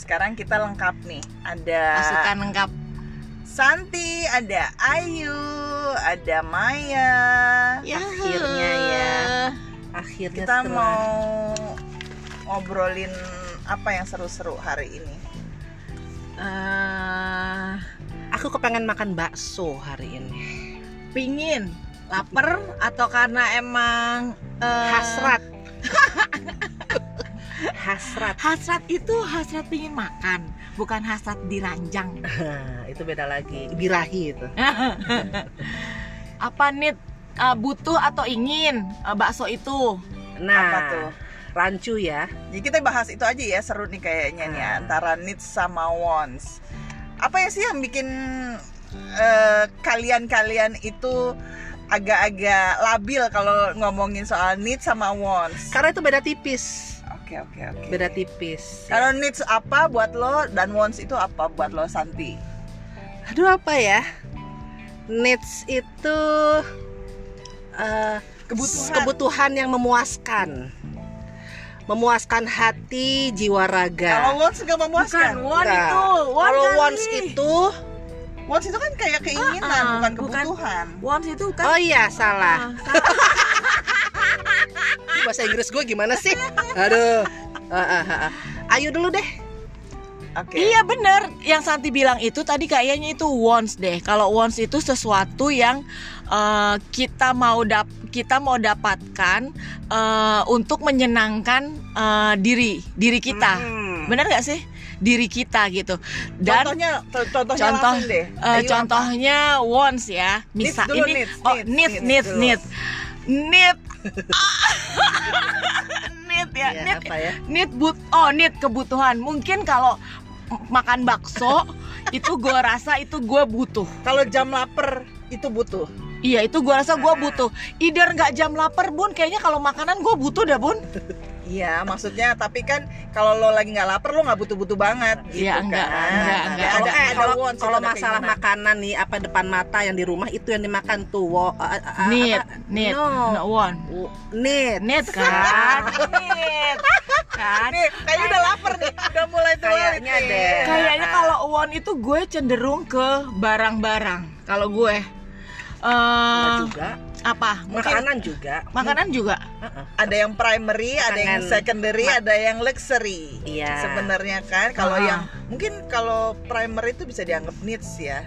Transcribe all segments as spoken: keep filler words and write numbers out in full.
sekarang kita lengkap nih. Ada Pasukan lengkap. Santi, ada Ayu, ada Maya. Ya, Akhirnya ya. Akhirnya Kita setelah... mau ngobrolin apa yang seru-seru hari ini? Uh, aku kepengen makan bakso hari ini. Pingin, lapar atau karena emang uh, Hasrat. Hasrat. Hasrat itu hasrat pingin makan, bukan hasrat diranjang. Itu beda lagi. Birahi itu. Apa nih uh, butuh atau ingin uh, bakso itu? Nah, Apa tuh? rancu ya. Jadi kita bahas itu aja ya, seru nih kayaknya nih ya, antara needs sama wants. Apa ya sih yang bikin uh, kalian-kalian itu agak-agak labil kalau ngomongin soal needs sama wants? Karena itu beda tipis. Oke oke oke. Beda tipis. Kalau needs apa buat lo dan wants itu apa buat lo, Santi? Aduh, apa ya? Needs itu uh, Kebutuhan. kebutuhan yang memuaskan. Memuaskan hati, jiwa, raga. Kalau wants nggak memuaskan. Bukan, want Nah, itu. Want Kalau kali. wants itu, Wants itu kan kayak keinginan, Ah, ah, bukan bukan. kebutuhan. Wants itu kan. oh iya salah. Ah, salah. Ini bahasa Inggris gue gimana sih? Aduh. Ah, ah, ah, ah. Ayo dulu deh. Oke. Iya bener, yang Santi bilang itu tadi kayaknya itu wants deh. Kalau wants itu sesuatu yang uh, kita mau dap kita mau dapatkan uh, untuk menyenangkan uh, diri diri kita. Hmm. Bener nggak sih? Diri kita gitu. Dan contohnya, to- contohnya contoh langsung deh. uh, Ayo, contohnya wants ya. Needs Misal dulu, ini needs, oh needs, needs needs needs dulu. needs need need ya Iya, need apa ya? need but oh need kebutuhan. Mungkin kalau makan bakso itu gue rasa itu gue butuh. Kalau jam lapar itu butuh. Iya itu gue rasa gue butuh. Either nggak jam lapar bun, kayaknya kalau makanan gue butuh dah bun. Iya, maksudnya tapi kan kalau lo lagi nggak lapar lo nggak butuh-butuh banget gitu Iya, enggak, kan. enggak, enggak. Ada, Kalau ada, eh, kalau wants, kalau ada masalah keinginan. makanan nih, apa depan mata yang di rumah itu yang dimakan tuh. Wo, uh, uh, Need, apa? need, No. no want. W- Need. Need kan? Need kan? Nih, kayaknya udah lapar nih, udah mulai tuh. Kayaknya deh. Kayaknya kalau want itu gue cenderung ke barang-barang. Kalau gue Nggak eh juga. apa? Mungkin Makanan juga. makanan juga. Uh-uh. Ada yang primary, ada yang Makanan. secondary, Ma- ada yang luxury. Iya. Sebenarnya kan kalau Ah. yang mungkin kalau primary itu bisa dianggap needs ya.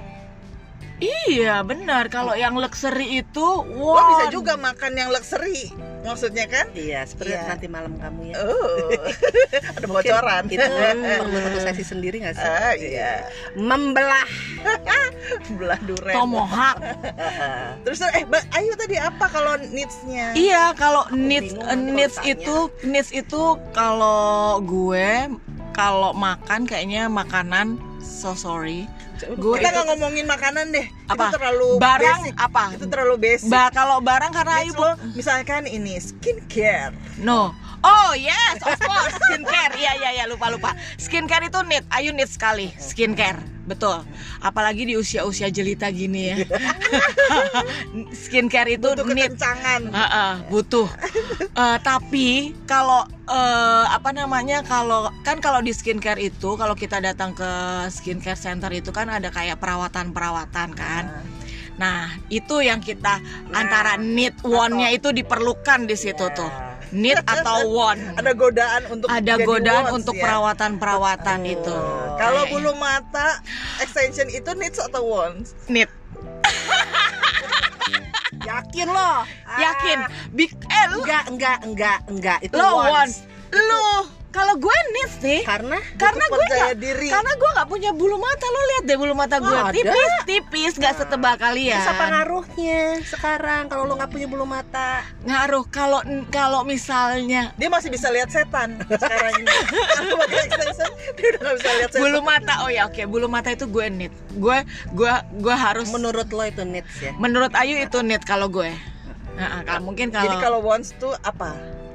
Iya benar. Kalau yang luxury itu Lo want. bisa juga makan yang luxury. Maksudnya kan? Iya, seperti Iya. nanti malam kamu ya. Oh. Ada bocoran. Itu perlu satu sesi sendiri nggak sih? Ah, iya. Membelah. Belah duren. Tomohak. Terus eh Mbak Ayu tadi apa kalau needs-nya? Iya, kalau needs bingung eh, nanti needs kalau itu needs itu kalau gue kalau makan kayaknya makanan so sorry. Gue Kita itu nggak ngomongin makanan deh. apa? Itu terlalu Barang basic. apa? Itu terlalu basic. Ba kalau barang karena Needs ibu lo misalkan ini skincare. no. Oh yes, of course skincare. Iya iya iya lupa lupa. Skincare itu need. Ayu need sekali skincare. Betul. Apalagi di usia-usia jelita gini ya. Skincare itu Butuh need. kekencangan. Heeh, butuh. Eh, tapi kalau eh, apa namanya kalau kan kalau di skincare itu kalau kita datang ke skincare center itu kan ada kayak perawatan-perawatan kan. Nah itu yang kita antara need want-nya itu diperlukan di situ Ya. tuh. Need atau want. Ada godaan untuk Ada jadi godaan wants untuk ya. perawatan-perawatan itu. Kalau Kayak- bulu mata extension itu needs atau wants? need. Yakin loh? Yakin. Big eh lu Enggak, enggak, enggak, enggak. Itu lo want. wants. Lu kalau gue needs nih. Karena Karena gue percaya nggak, diri. karena gue nggak punya bulu mata. Lo lihat deh bulu mata gue Oh, ada. tipis, tipis, nggak setebal kalian. terus apa ngaruhnya sekarang kalau lo nggak punya bulu mata? Ngaruh kalau kalau misalnya Dia masih bisa lihat setan sekarang ini. Kalau pakai extension dia udah nggak bisa lihat setan. bulu mata, oh ya oke, bulu mata itu gue need. Gue gue gue harus. Menurut lo itu needs ya? Menurut Ayu itu need kalau gue. Nah, kalau mungkin kalau. Jadi kalau wants tuh apa?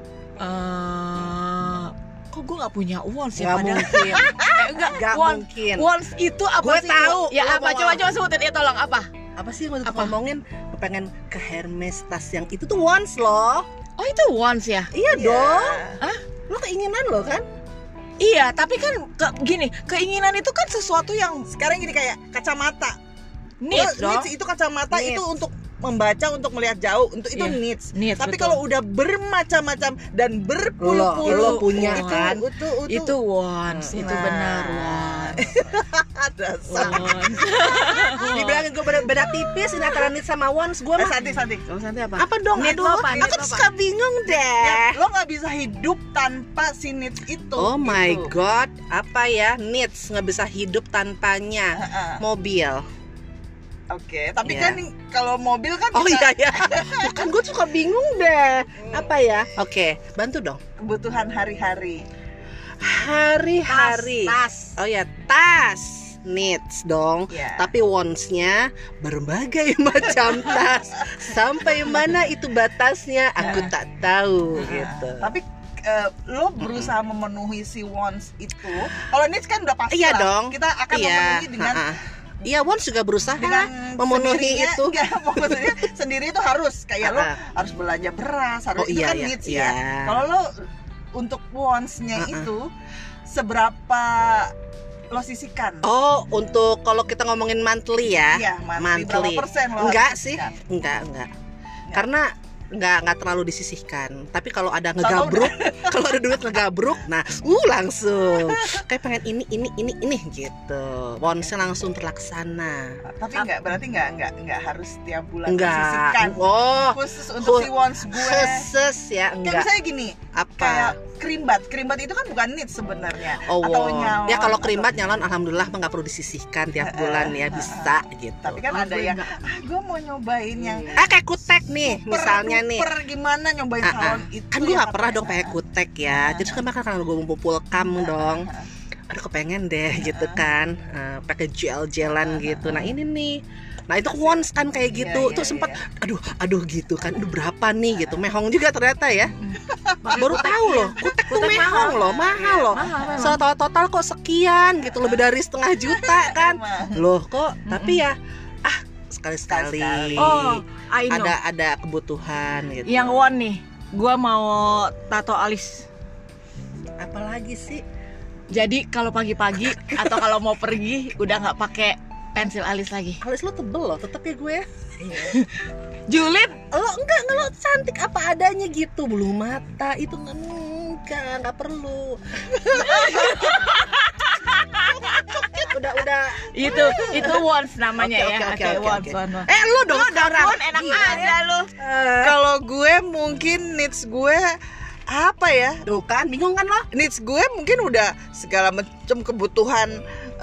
eh, kok gue nggak punya uang sih Nggak padahal. mungkin. Eh, enggak, Nggak want- mungkin. wants itu apa Gue sih? tahu. Ya Lo apa? mau Coba apa? coba sebutin ya tolong apa? Apa sih yang mau Apa? ngomongin? Gue pengen ke Hermes tas yang itu tuh wants loh. Oh itu wants ya? Iya Iya. dong. Hah? Lo keinginan lo kan? Iya, tapi kan ke, gini, keinginan itu kan sesuatu yang Sekarang gini kayak kacamata. needs Oh, dong. needs itu kacamata Needs. itu untuk membaca, untuk melihat jauh, untuk itu Iya, needs. needs, Tapi betul. kalau udah bermacam-macam dan berpuluh-puluh, Lo- lo punya itu, kan? itu, itu, Itu wants, itu Nah. benar wants. ada Wants. Dibilangin gue beda, beda tipis ini antara needs sama wants. Gue Eh, mah Santi, Santi. Kamu nanti apa? apa dong? Needs Aduh, lo apa? aku Needs tuh lo suka bingung deh. Ya, lo nggak bisa hidup tanpa si needs itu. Oh my gitu. god, apa ya? Needs nggak bisa hidup tanpanya. Heeh. Mobil. Oke, tapi Iya. kan kalau mobil kan Oh bisa iya ya. Bukan, gue suka bingung deh. Apa ya? Oke, bantu dong. kebutuhan hari-hari. Hari-hari. Tas, Oh ya, tas. Needs dong. Iya. Tapi wants-nya berbagai macam tas. Sampai mana itu batasnya? Aku Nah. tak tahu Nah, gitu. Tapi eh, lo berusaha memenuhi si wants itu. Kalau needs kan udah pasti Iya lah. dong. Kita akan Iya. memenuhi dengan Ha-ha. Iya, wants juga berusaha dengan memenuhi sendirinya, itu. enggak, maksudnya sendiri itu harus kayak lo Ah, ah. harus belanja beras, harus Oh, itu iya, kan iya, needs iya. ya. Kalau lo untuk wants-nya Ah, ah. itu seberapa lo sisihkan? Oh, untuk kalau kita ngomongin monthly ya? Iya, monthly, berapa persen lo Enggak harus sih, sisihkan? enggak, enggak. Enggak. Karena enggak enggak terlalu disisihkan. Tapi kalau ada Tahu-tahu ngegabruk, kalau ada duit ngegabruk, nah, uh langsung kayak pengen ini ini ini ini gitu. Wonsnya langsung terlaksana. Tapi enggak, berarti enggak enggak enggak harus tiap bulan Enggak. disisihkan. Oh, Khusus untuk si wants gue. khusus ya, Kayak enggak. misalnya gini, Apa? kayak krimbat. Krimbat itu kan bukan needs sebenarnya. Oh, atau wow. nyalon, Ya kalau atau- krimbat nyalon alhamdulillah nggak perlu disisihkan tiap Eh, bulan ya, eh, bisa gitu. Tapi kan Oh, ada gue yang enggak. ah gue mau nyobain yang Ah kayak kutek nih super misalnya nih. duper gimana nyobain Ah, ah. salon itu. Kan gue yang nggak pernah katanya- dong pakai kutek ya. Ah, Jadi kan makan karena gue mau pulkam dong. Aduh kepengen deh gitu kan. Eh, pakai gel-gelan gitu. Nah ini nih. Nah itu wants kan kayak gitu. Iya, Itu iya, sempat iya. aduh aduh gitu kan. Aduh berapa nih gitu. Mehong juga ternyata ya. Baru tahu loh. Kutek tuh Kutek mehong mahal. loh, mahal loh. Mahal memang. So total, total kok sekian gitu, lebih dari setengah juta kan. Emang. Loh kok tapi ya ah sekali-sekali Sekali-sekali. Oh, I know. ada ada kebutuhan gitu. Yang one nih, gua mau tato alis. Apalagi sih? Jadi kalau pagi-pagi atau kalau mau pergi udah nggak pakai pensil alis lagi. Alis lo tebel loh, tetep ya gue. Julid, Lo enggak, enggak, lo cantik apa adanya gitu. Bulu mata itu enggak, enggak perlu. udah udah itu itu wants namanya Oke, ya. oke, oke, oke, wants, oke. wants, wants. Eh lo dong sekarang. Pun enak Gila, aja ya. lu. Eh, Kalau gue mungkin needs gue apa ya? Tuh kan, bingung kan lo? Needs gue mungkin udah segala macam kebutuhan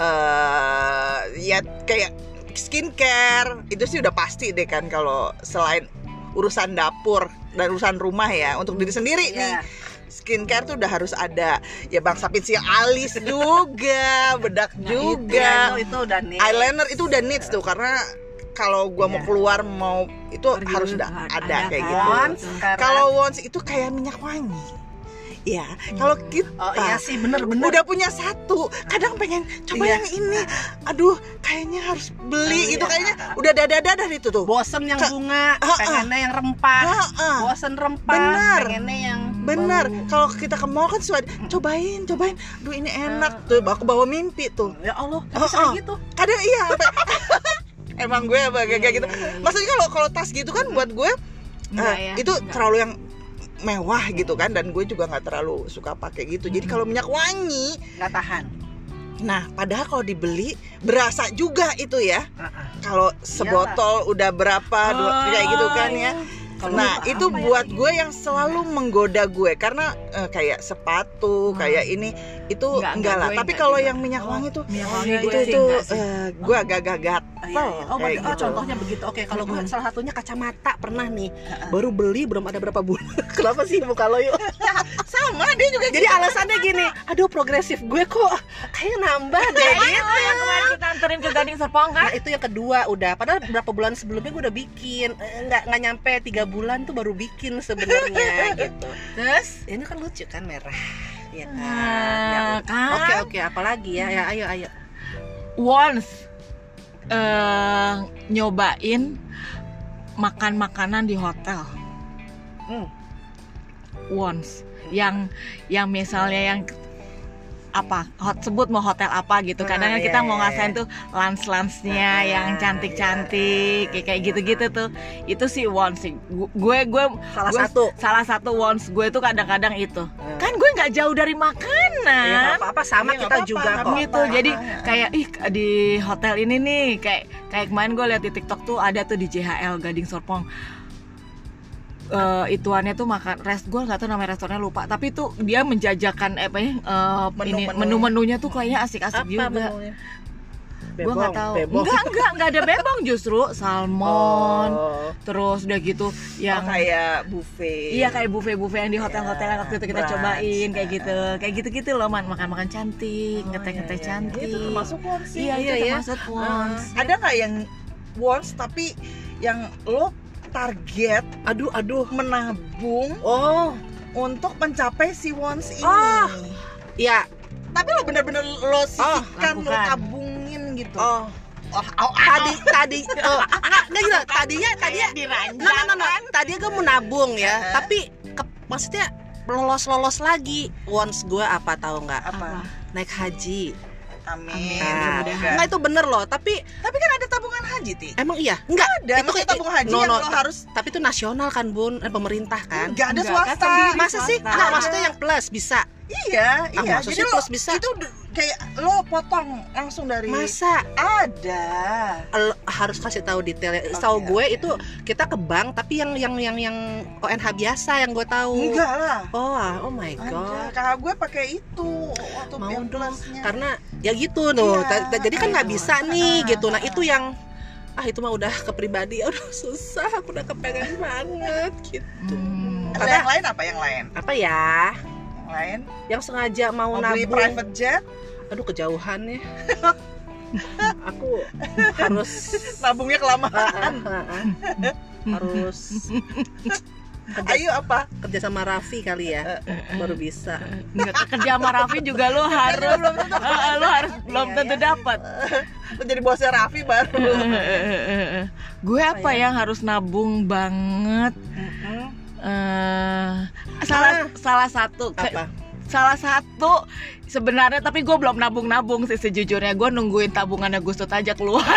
eh ya kayak skincare itu sih udah pasti deh kan kalau selain urusan dapur dan urusan rumah ya untuk diri sendiri nih. Iya. Skincare tuh udah harus ada ya bangsa pensil alis juga, bedak Nah, juga, Itu, itu udah nih. eyeliner itu udah needs tuh karena kalau gua mau Iya. keluar mau itu Pergi harus dulu, udah ada ada kayak kan. gitu. Wants, sekarang. Kalau wants itu kayak minyak wangi. Ya, kalau kita Oh iya sih, bener-bener. udah punya satu, kadang pengen coba Iya. yang ini. Aduh, kayaknya harus beli Oh, itu iya. kayaknya udah dada-dada itu tuh. Bosen yang Ke- bunga, Ah, ah. pengennya yang rempah. Heeh. Bosen rempah, Bener. pengennya yang Bener, bau. kalau kita ke mall kan suka cobain, cobain. Aduh ini enak tuh, aku bawa mimpi tuh. Ya Allah, Oh, tapi sering oh. gitu. Kadang iya sampai emang gue apa kayak kayak gitu. Maksudnya kalau kalau tas gitu kan buat gue Enggak eh, ya, itu enggak. terlalu yang mewah gitu kan, dan gue juga nggak terlalu suka pakai gitu. Jadi kalau minyak wangi, Nggak tahan. nah padahal kalau dibeli berasa juga itu ya. Ah, Kalau sebotol udah berapa dua, kayak gitu kan ya. Kalau Nah apa itu ya buat kayak gue yang selalu menggoda gue karena eh, kayak sepatu Hmm. kayak ini itu Enggak, enggak, enggak, lah. gue Tapi enggak kalau juga. yang minyak wangi tuh Minyak Oh, wangi iya, itu gue sih itu enggak sih. eh, gue agak-agak gatel Oh, iya, iya. Oh, kayak berarti- oh, gitu. contohnya begitu. Oke, kalau gue Mm-mm. salah satunya kacamata pernah nih. Baru beli belum ada berapa bulan. Kenapa sih muka lo yuk? Sama dia juga Jadi alasannya gini, aduh progresif gue kok kayak nambah deh gitu. Oh, yang kemarin kita anterin ke Gading Serpong kan? Nah itu yang kedua udah, padahal berapa bulan sebelumnya gue udah bikin. Eh, nggak nggak nyampe tiga bulan tuh baru bikin sebenarnya gitu. Terus Ini kan lucu kan merah, ya kan? Nah, Ya, kan? Oke oke, apalagi ya? Ya ayo ayo. once eh, nyobain makan makanan di hotel. Hmm. Once yang yang misalnya yang apa hot sebut mau hotel apa gitu. Kadang Ah, kita iya, mau iya, ngerasain iya. tuh lunch-lunchnya Ah, yang iya, cantik-cantik iya. kayak kayak gitu-gitu tuh. Itu sih wants sih. Gu- Gue gue Salah gue- satu. salah satu wants gue tuh kadang-kadang itu. Hmm. Kan gue nggak jauh dari Ya makanan. nggak apa-apa, sama Iya, nggak kita apa-apa, juga nggak kok. apa-apa. Gitu. Jadi Ah. kayak ih di hotel ini nih kayak kayak kemarin gue lihat di TikTok tuh ada tuh di J H L Gading Serpong. Eh ituannya tuh makan rest gue nggak tahu namanya restorannya lupa, tapi tuh dia menjajakan apa ya eh, ini Menu-menu. menu-menunya tuh kayaknya asik-asik Apa juga. menunya? Gue nggak tahu. Bebong. Enggak enggak enggak ada bebong, justru salmon. Oh. Terus udah gitu yang Oh, kayak buffet. iya kayak buffet-buffet yang di hotel-hotel yang waktu itu kita brunch. cobain kayak gitu. Kayak gitu-gitu loh, man. Makan-makan cantik, Oh, ngeteh-ngeteh iya, iya, cantik. iya. Itu termasuk wants sih. Iya, Iya, itu ya. termasuk wants. Ada nggak yang wants tapi yang lo target Aduh, aduh. menabung Oh, untuk mencapai si wants ini? Oh. ya. Tapi lo bener-bener lo sisihkan, lo lakukan. tabungin gitu. Oh, Oh, au, au. tadi tadi oh, enggak enggak gitu. Tadinya tadinya diranjang. no, no, no, no. Tadinya gue mau nabung ya, Heeh. tapi ke, maksudnya lolos-lolos lagi. Once gue apa tahu nggak? Apa? Naik haji. Amin. Amin. Nah, Semoga. enggak itu bener loh, tapi Tapi kan ada tabungan haji, Ti. emang iya? Enggak. Ada, Itu maksudnya kayak- tabung haji no, yang no, lo ta- harus Tapi itu nasional kan, Bun, eh, pemerintah kan? Enggak ada Enggak, kan swasta. sendiri. Masa sih? swasta. Enggak, maksudnya yang plus bisa. Iya, Ah, iya. masa Jadi sih lo plus bisa? itu d- kayak lo potong langsung dari Masa ada. Lo harus kasih tahu detailnya. Tahu Oke, gue oke. itu kita ke bank, tapi yang yang yang yang O N H biasa yang gue tahu. Enggak lah. Oh, oh my Ada. god. Kakak gue pakai itu waktu Mau yang dong, plusnya. karena ya gitu tuh. Iya. Ta- ta- Jadi kan nggak bisa nih Ah, gitu. Nah, ah, itu yang ah itu mah udah ke pribadi. Aduh, susah. Aku udah kepengen banget gitu. Hmm. Kalau yang lain apa yang lain? Apa ya? Yang lain? Yang sengaja mau, Mau beli nabung. private jet? Aduh, kejauhannya. Aku harus Nabungnya ah, kelamaan. ah, ah, ah. harus kerja, Ayo apa? kerja sama Raffi kali ya, baru bisa. Nggak kerja sama Raffi juga lo harus belum tentu. Eh, lo harus belum Iya, tentu iya. dapat. Lo jadi bosnya Raffi baru. Gue apa ya? yang harus nabung banget? Mm-mm. eh salah salah satu ke- Apa? salah satu sebenarnya, tapi gue belum nabung-nabung sih sejujurnya. Gue nungguin tabungannya Gustot aja keluar.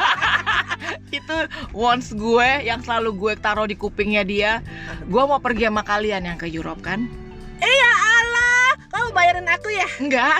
Itu wants gue yang selalu gue taruh di kupingnya dia. Gue mau pergi sama kalian yang ke Europe kan? Iya Allah, kamu bayarin aku ya? Enggak.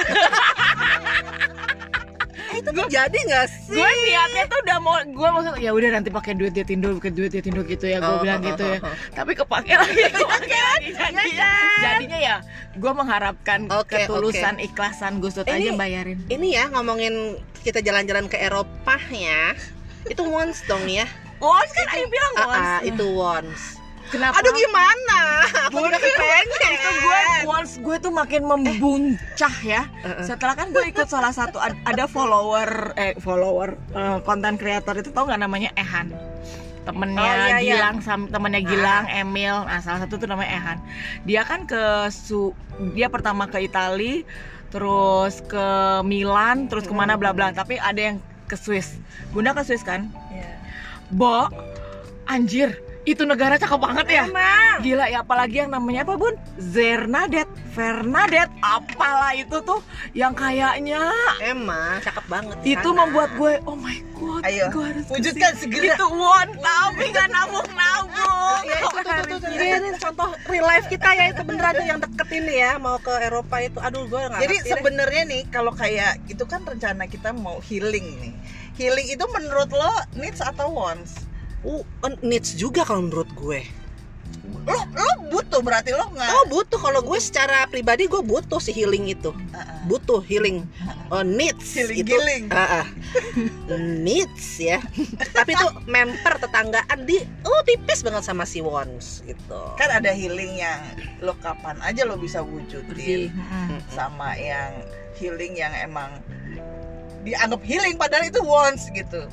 Itu tuh jadi nggak sih? Gue niatnya tuh udah mau, gue maksud ya udah nanti pakai duit dia tindo, pakai duit dia tindo gitu ya. Gue Oh, bilang oh, gitu oh, ya. oh. Tapi kepake lagi, kepake lagi. Jadinya, jadinya ya, gue mengharapkan Oke, ketulusan, ikhlasan Gustot Ini- aja bayarin. Ini ya ngomongin kita jalan-jalan ke Eropa ya. Itu once dong ya. Wons kan ayo bilang Ah, wons. ah, itu once. Kenapa? Aduh gimana? Aku Gue juga kepengen. itu gue once gue tuh makin membuncah ya. Heeh. Setelah kan gue ikut salah satu ad- ada follower eh follower konten kreator itu, tau nggak namanya Ehan, temennya Oh, iya, iya. Gilang sama temennya Gilang Emil. Nah salah satu tuh namanya Ehan. Dia kan ke su dia pertama ke Itali, terus ke Milan, terus kemana bla bla. Tapi ada yang ke Swiss. Bunda ke Swiss kan? Iya. Bo, anjir, itu negara cakep banget ya. Emang. Gila ya, apalagi yang namanya apa Bun? Zernadette, Fernadette, apalah itu tuh yang kayaknya Emang cakep banget. itu sana. membuat gue oh my god, Ayo, gue harus wujudkan kesini. segera. Itu won, tapi nggak nabung nabung. Ya, itu tuh, tuh, tuh, tuh. Ini, ini contoh real life kita ya, itu beneran tuh yang deket ini ya, mau ke Eropa itu. Aduh, gue nggak Jadi ngerti deh. sebenarnya nih kalau kayak itu kan rencana kita mau healing nih. Healing itu menurut lo needs atau wants? uh, needs juga kalau menurut gue. Lo lo butuh berarti lo nggak? Oh butuh, kalau gue secara pribadi gue butuh si healing itu, Uh-uh. butuh healing. Oh, needs Healing, itu, healing. Ah, ah. needs ya. Tapi tuh member tetanggaan di, oh tipis banget sama si wants gitu. Kan ada healing yang lo kapan aja lo bisa wujudin, Mm-mm. sama yang healing yang emang dianggap healing padahal itu wants gitu.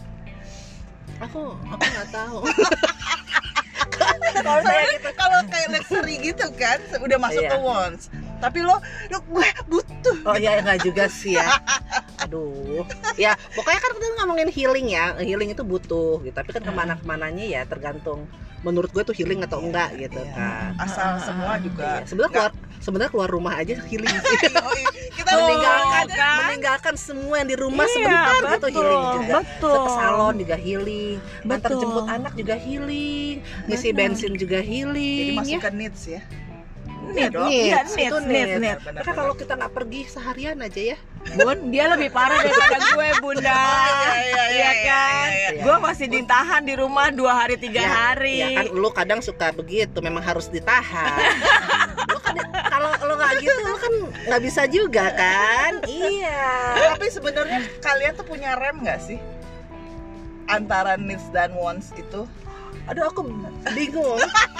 Aku aku nggak tahu. Kalau saya gitu, kalau kayak luxury gitu kan udah masuk Iya. ke wants. Tapi lo lo gue butuh. Oh iya nggak juga sih ya. Aduh. Ya pokoknya kan kita ngomongin healing ya. Healing itu butuh gitu. Tapi kan kemana kemananya ya tergantung. Menurut gue tuh healing atau enggak gitu Iya. kan. Asal semua juga Iya. Sebenarnya nggak- keluar sebenarnya keluar rumah aja healing sih. Yoi, kita meninggalkan Oh, kan? meninggalkan semua yang di rumah Iya, sebentar gitu betul, healing juga. betul. Ke salon juga healing, antar Betul. jemput anak juga healing, ngisi Betul. bensin juga jadi healing. masukkan needs ya. Need, dong. iya, Needs, need, itu need, needs. need. Maka kalau kita nggak pergi seharian aja ya. Bun, dia lebih parah daripada gue, Bunda. iya, iya, Iya kan? iya, iya. Gue masih ditahan di rumah dua hari tiga Ya, hari. ya kan lu kadang suka begitu, memang harus ditahan. Lu kan kalau lu nggak gitu lu kan nggak bisa juga kan. Iya. Tapi sebenarnya kalian tuh punya rem nggak sih antara needs dan wants itu? Aduh aku bingung.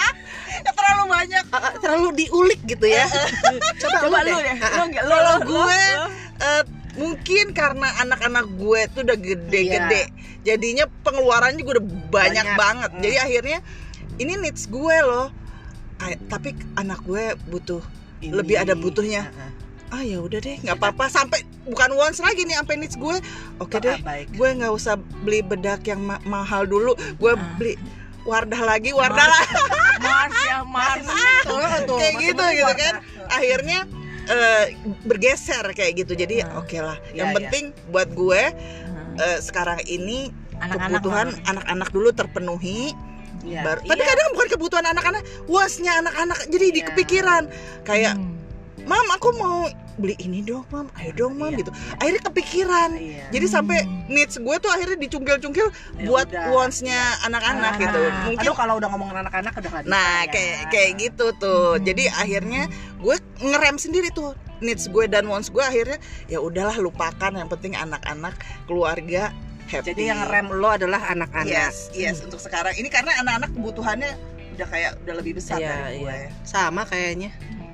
Ya, terlalu banyak. Ah, ah, terlalu diulik gitu ya. Coba, Coba lu lu deh. deh. Ah, ah. Lu, lu, Kalau lu, gue lu. eh, mungkin karena anak-anak gue tuh udah gede-gede, jadinya pengeluarannya juga udah banyak, Banyak. banget. Hmm. Jadi akhirnya ini needs gue loh. Ah, tapi anak gue butuh Ini. lebih ada butuhnya. Ah, ah. Ah ya udah deh, nggak apa-apa. Sampai bukan wants lagi nih, sampai needs gue. Oke deh, Ah, baik. gue nggak usah beli bedak yang ma- mahal dulu. Gue Ah. beli Wardah lagi, Wardah lah. Mars ya, Mars. Tuh, tuh, Kayak masih gitu mending gitu warna. kan. Akhirnya eh, bergeser kayak gitu. Jadi Ah. oke lah. Ya, Yang ya. penting buat gue Hmm. eh, sekarang ini Anak-anak kebutuhan mana? anak-anak dulu terpenuhi. Iya. Baru, Iya. tapi kadang bukan kebutuhan anak-anak, wasnya anak-anak jadi di Iya. kepikiran. Kayak, Hmm. mam aku mau beli ini dong mam, ayo dong mam Iya. gitu. Akhirnya kepikiran. Iya. Jadi sampai needs gue tuh akhirnya dicungkil-cungkil Ya buat udah. wants-nya anak-anak Ah. gitu. Mungkin Aduh kalau udah ngomongin anak-anak udah nggak bisa. nah ya. kayak kayak gitu tuh. Hmm. Jadi akhirnya gue ngerem sendiri tuh needs gue dan wants gue. Akhirnya ya udahlah, lupakan, yang penting anak-anak, keluarga happy. Jadi yang rem lo adalah anak-anak. Yes, yes, untuk sekarang ini karena anak-anak kebutuhannya udah kayak udah lebih besar Iya, dari gue. iya. Sama kayaknya.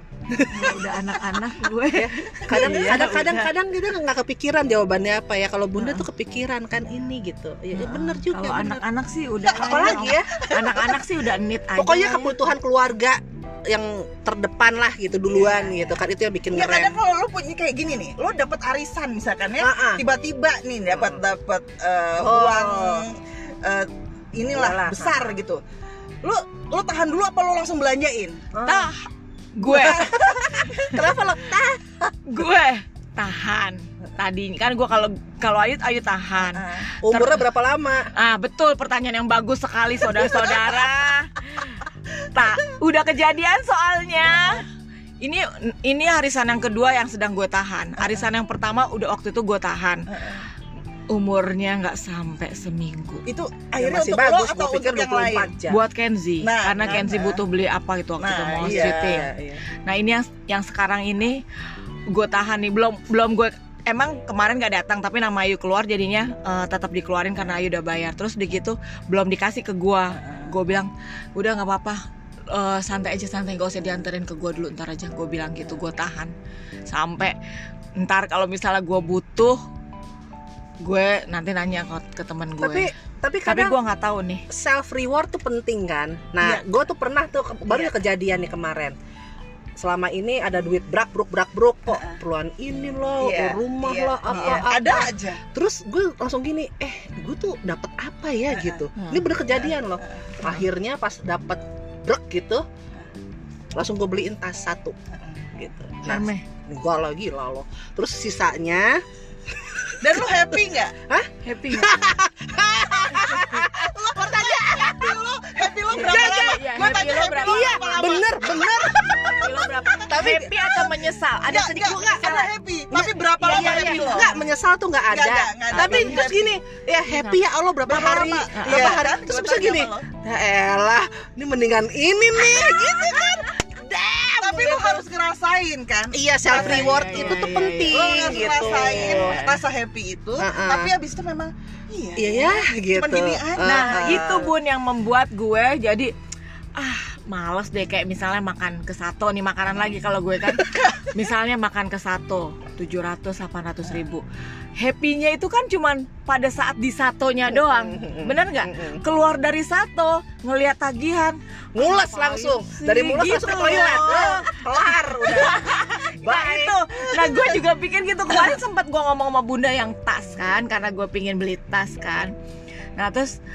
Ya udah anak-anak gue. Kadang Iya, kadang kadang udah. kadang kita nggak kepikiran jawabannya apa ya. Kalau bunda tuh kepikiran kan ini gitu. Ya, ya bener juga. Kalau bener. anak-anak sih udah Apalagi ya. Anak-anak sih udah need aja. Pokoknya ya. kebutuhan keluarga yang terdepan lah gitu duluan Iya, gitu kan, itu yang bikin Ya kadang ngerem. kalau lo punya kayak gini nih, lo dapat arisan misalkan ya, Ah, ah. tiba-tiba nih dapat dapat eh, Oh. uang eh, inilah Iyalah. besar gitu. Lo lo tahan dulu apa lo langsung belanjain? Tah, gue, Kenapa lo? gue tahan. Tadi kan gue kalau kalau Ayu Ayu tahan. Umurnya berapa lama? Ah betul, pertanyaan yang bagus sekali saudara-saudara. Tak, udah kejadian soalnya. Ini ini arisan yang kedua yang sedang gue tahan. Arisan yang pertama udah waktu itu gue tahan. Umurnya nggak sampai seminggu. Itu Ya, akhirnya masih untuk bagus, lo atau gue pikir untuk yang dua puluh lain? empat jam. Buat Kenzi, Nah, karena nah, Kenzi nah. butuh beli apa itu waktu itu Nah, mau iya, syuting. iya. Nah ini yang yang sekarang ini gue tahan nih, belum belum gue emang kemarin gak datang tapi nama Ayu keluar jadinya eh, tetap dikeluarin karena Ayu udah bayar. Terus di gitu belum dikasih ke gue. Gue bilang udah nggak apa-apa, eh, santai aja santai, gak usah dianterin ke gue dulu, ntar aja. Gue bilang gitu, gue tahan sampai ntar kalau misalnya gue butuh, gue nanti nanya ke, ke temen gue. Tapi tapi Tapi kadang gue nggak tahu nih. self reward tuh penting kan. Nah, gue tuh pernah tuh ke- baru Iya. kejadian nih kemarin. Selama ini ada duit brak bruk brak bruk kok perluan ini loh, Iya, rumah iya, lah, apa, iya. apa. Ada aja. Terus gue langsung gini, eh gue tuh dapat apa ya gitu. Ini bener kejadian loh. Akhirnya pas dapat brek gitu, langsung gue beliin tas satu gitu. Nah, Remeh. enggak lagi lah lo. Terus sisanya Dan lo happy nggak? Happy. Lo pertanyaan happy lo, happy lo berapa Iya, lama? iya, Gue happy tanya lo happy berapa lo iya berapa lama? bener bener. Happy lo berapa? Tapi- happy atau menyesal? Ada Nggak, sedikit nggak, nggak, karena happy. Tapi berapa Iya, lama iya, happy iya. lo? Nggak, menyesal tuh nggak ada. Nggak ada, nggak ada. Tapi Happy, terus happy. gini, ya happy ya Allah berapa, Berapa hari? lama? Berapa Iya, hari? kan? Terus Gua bisa tanya gini. sama lo. Ya elah, ini mendingan ini nih gitu kan. Tapi lo harus ngerasain kan? Iya, self Iya, reward iya, itu iya, tuh iya, penting Lo harus gitu. ngerasain rasa happy itu. Uh-uh. Tapi abis itu memang iya. Iya ya gitu. Cuman gini aja. Nah, Uh-uh. itu Bun yang membuat gue jadi ah males deh, kayak misalnya makan ke Sato nih, makanan lagi kalau gue kan misalnya makan ke Sato tujuh ratus delapan ratus ribu, happy-nya itu kan cuman pada saat di Satonya doang, bener nggak? Keluar dari Sato ngelihat tagihan Mules Ngapain langsung. sih? Dari mules Gitu langsung ke toilet. loh. Eh, Kelar udah. Nah itu, nah gue juga pikir gitu. Kemarin sempat gue ngomong sama bunda yang tas kan, karena gue pingin beli tas kan. Nah terus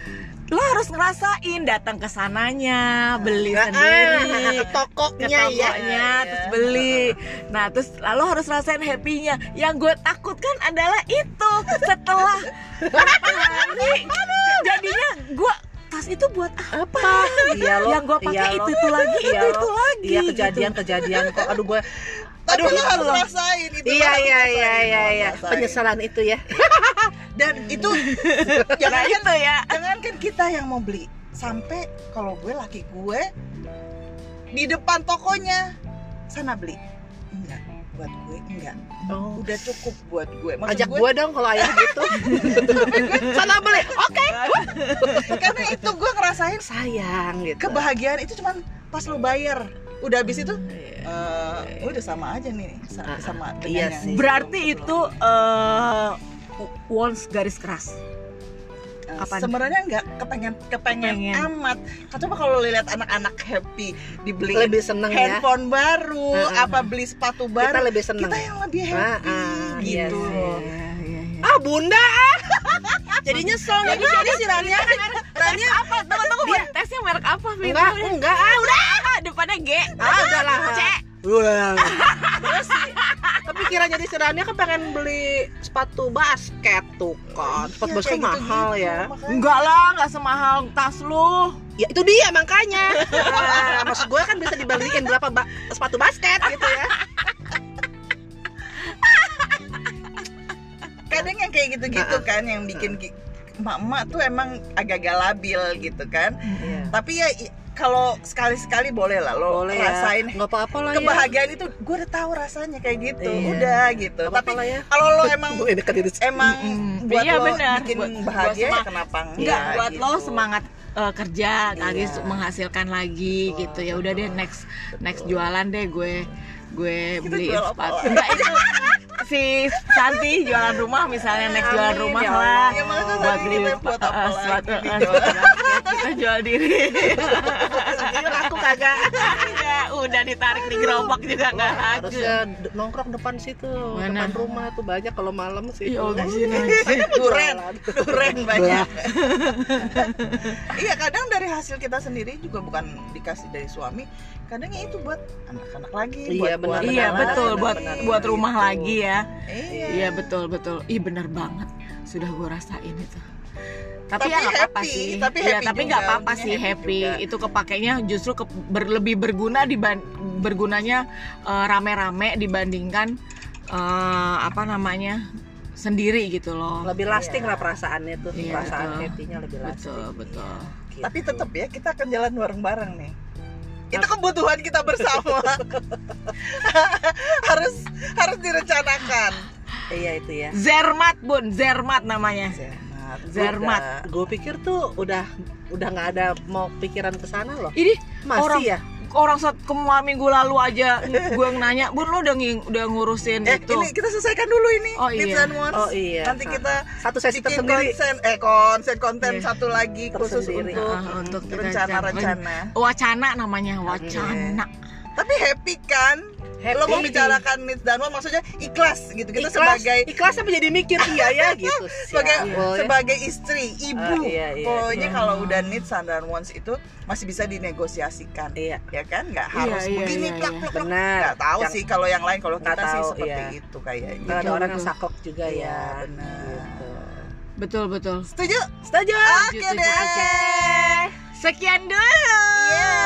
lo harus ngerasain datang ke sananya, beli Nah, sendiri, ke tokonya ke ya. tokonya, Iya. terus beli. Nah, terus lalu harus rasain happy-nya. Yang gue takutkan adalah itu setelah berapa hari jadinya gue tas itu buat apa? Iya lo. Yang gue pakai iya itu lo. itu lagi, Iya itu lo. itu lagi. Iya gitu. kejadian-kejadian kok. Aduh gue. Tapi Aduh, lo harus lo. rasain itu. lo Iya harus iya rasain, iya lo iya harus iya. rasain. Penyesalan itu ya. Dan itu Nah, jangan kan, itu ya. jangan kan kita yang mau beli, sampai kalau gue laki gue di depan tokonya sana beli. Enggak, buat gue enggak. Oh. Udah cukup buat gue. Maksud Ajak gue dong kalau ayah gitu. Sana beli. Oke. karena itu gue ngerasain Sayang gitu. kebahagiaan itu cuman pas lo bayar. Udah habis itu Iya. eh udah sama aja nih sa- Ah, sama dengan iya yang sih. Berarti itu eh once garis keras. Eh, Kapan? sebenarnya nggak kepengen kepengen Kepengen. amat. Coba kalau lihat anak-anak happy dibeli Lebih seneng ya. handphone baru, Ah, ah, apa ah. beli sepatu Kita baru, lebih seneng. kita yang lebih Ah, happy ah, iya gitu. sih. loh. Iya, iya, iya. Ah bunda ah. Jadi nyesel Jadi nih. jadi si Rania, Rania Apa? Tunggu tunggu. Dia tesnya merek apa? Bim? Enggak, enggak. Ah udah. Ah, depannya G. Ah udahlah. C. Udah. Terus sih, kepikiran jadi si Rania kan pengen beli sepatu basket tuh kan. Sepatu Iya, basket kayak gitu-gitu, mahal ya. makanya. Enggak lah, enggak semahal tas lu. Ya itu dia makanya. Nah, maksud gue kan bisa dibeliin berapa ba- sepatu basket gitu ya. Kadang yang kayak gitu-gitu Ah, ah. kan yang bikin ki- emak-emak tuh emang agak-agak labil gitu kan. Iya. Tapi ya i- kalau sekali-sekali boleh lah lo Boleh ya. rasain Enggak apa-apa lah ya. kebahagiaan itu. Gue udah tahu rasanya kayak gitu. Iya. Udah gitu. Nggak Tapi apa-apa lah ya. kalau lo emang Gue dekat itu. emang Mm-mm. buat Iya, lo benar. bikin Buat- bahagia buat ya semang- kenapa enggak? Enggak, buat lo gitu. semangat eh, kerja lagi Iya. menghasilkan lagi Betul, gitu. Ya udah deh betul. next Betul. next jualan deh gue gue Kita beliin jual apa sepatu. lah? Enggak itu si Santi jualan rumah misalnya next jualan Amin, rumah ya lah. Allah. Ya, makanya buat tadi beli kita buat apa eh, lagi sepatu, nih, eh, jual. sepatu basket, kita jual diri. Jujur aku kagak. udah udah ditarik di gerobak juga nggak laku. Harusnya d- nongkrong depan situ, Mana? depan rumah tuh banyak kalau malam sih. Iya, gini aja. Duren, duren banyak. Bah. Iya, kadang dari hasil kita sendiri juga bukan dikasih dari suami. Kadangnya itu buat anak-anak lagi, Iya, buat benar, keluarga Iya benar, betul lagi. buat benar, buat benar. rumah Gitu. lagi ya. Iya. Iya betul betul. Ih bener banget. Sudah gue rasain itu. Tapi, Tapi ya nggak apa-apa happy, sih. tapi Iya, happy tapi juga, nggak apa-apa untungnya sih happy happy. juga. Itu kepakainya justru ke, ber- lebih berguna diban bergunanya eh, rame-rame dibandingkan eh, apa namanya sendiri gitu loh. Lebih lasting Iya. lah perasaannya tuh, Iya, perasaan betul. happy-nya lebih lasting. Betul betul. Gitu. Tapi tetap ya kita akan jalan bareng-bareng nih. Itu kebutuhan kita bersama. harus harus direncanakan. Iya itu ya. Zermat bun, Zermat namanya. Zermat. Zermat. Gue pikir tuh udah udah nggak ada mau pikiran ke sana loh. Ini Masih orang ya? orang saat kemua minggu lalu aja gue nanya, "Bun, lo udah nging- udah ngurusin Eh, itu?" ini kita selesaikan dulu ini. Oh, Needs iya. and Wants. Oh iya. Nanti kita Satu sesi bikin tersendiri. konsen eh konsen konten Iya. satu lagi khusus Tersendiri. untuk, Ah, untuk kita rencana-rencana. Wacana namanya, wacana. Tapi happy kan? Happy. Lo membicarakan needs dan wants, maksudnya ikhlas gitu. Kita Ikhlas, sebagai ikhlas sampai jadi mikir iya ya gitu. sebagai Siap, boy. sebagai istri, ibu. Ah, iya, iya, Pokoknya iya. kalau udah needs dan wants itu masih bisa dinegosiasikan. Iya. Ya kan? Nggak Iya, harus iya, begini iya, plak iya. plak plak. Benar. Nggak tahu Yang- sih kalau yang lain, kalau Nggak kita sih tahu, seperti iya. itu kayaknya. Kan ada Betul, orang yang betul. sakok juga Iya, ya. benar. Gitu. Betul betul. Setuju? Setuju. Oke Setuju, deh. setuju. Sekian dulu. Iya.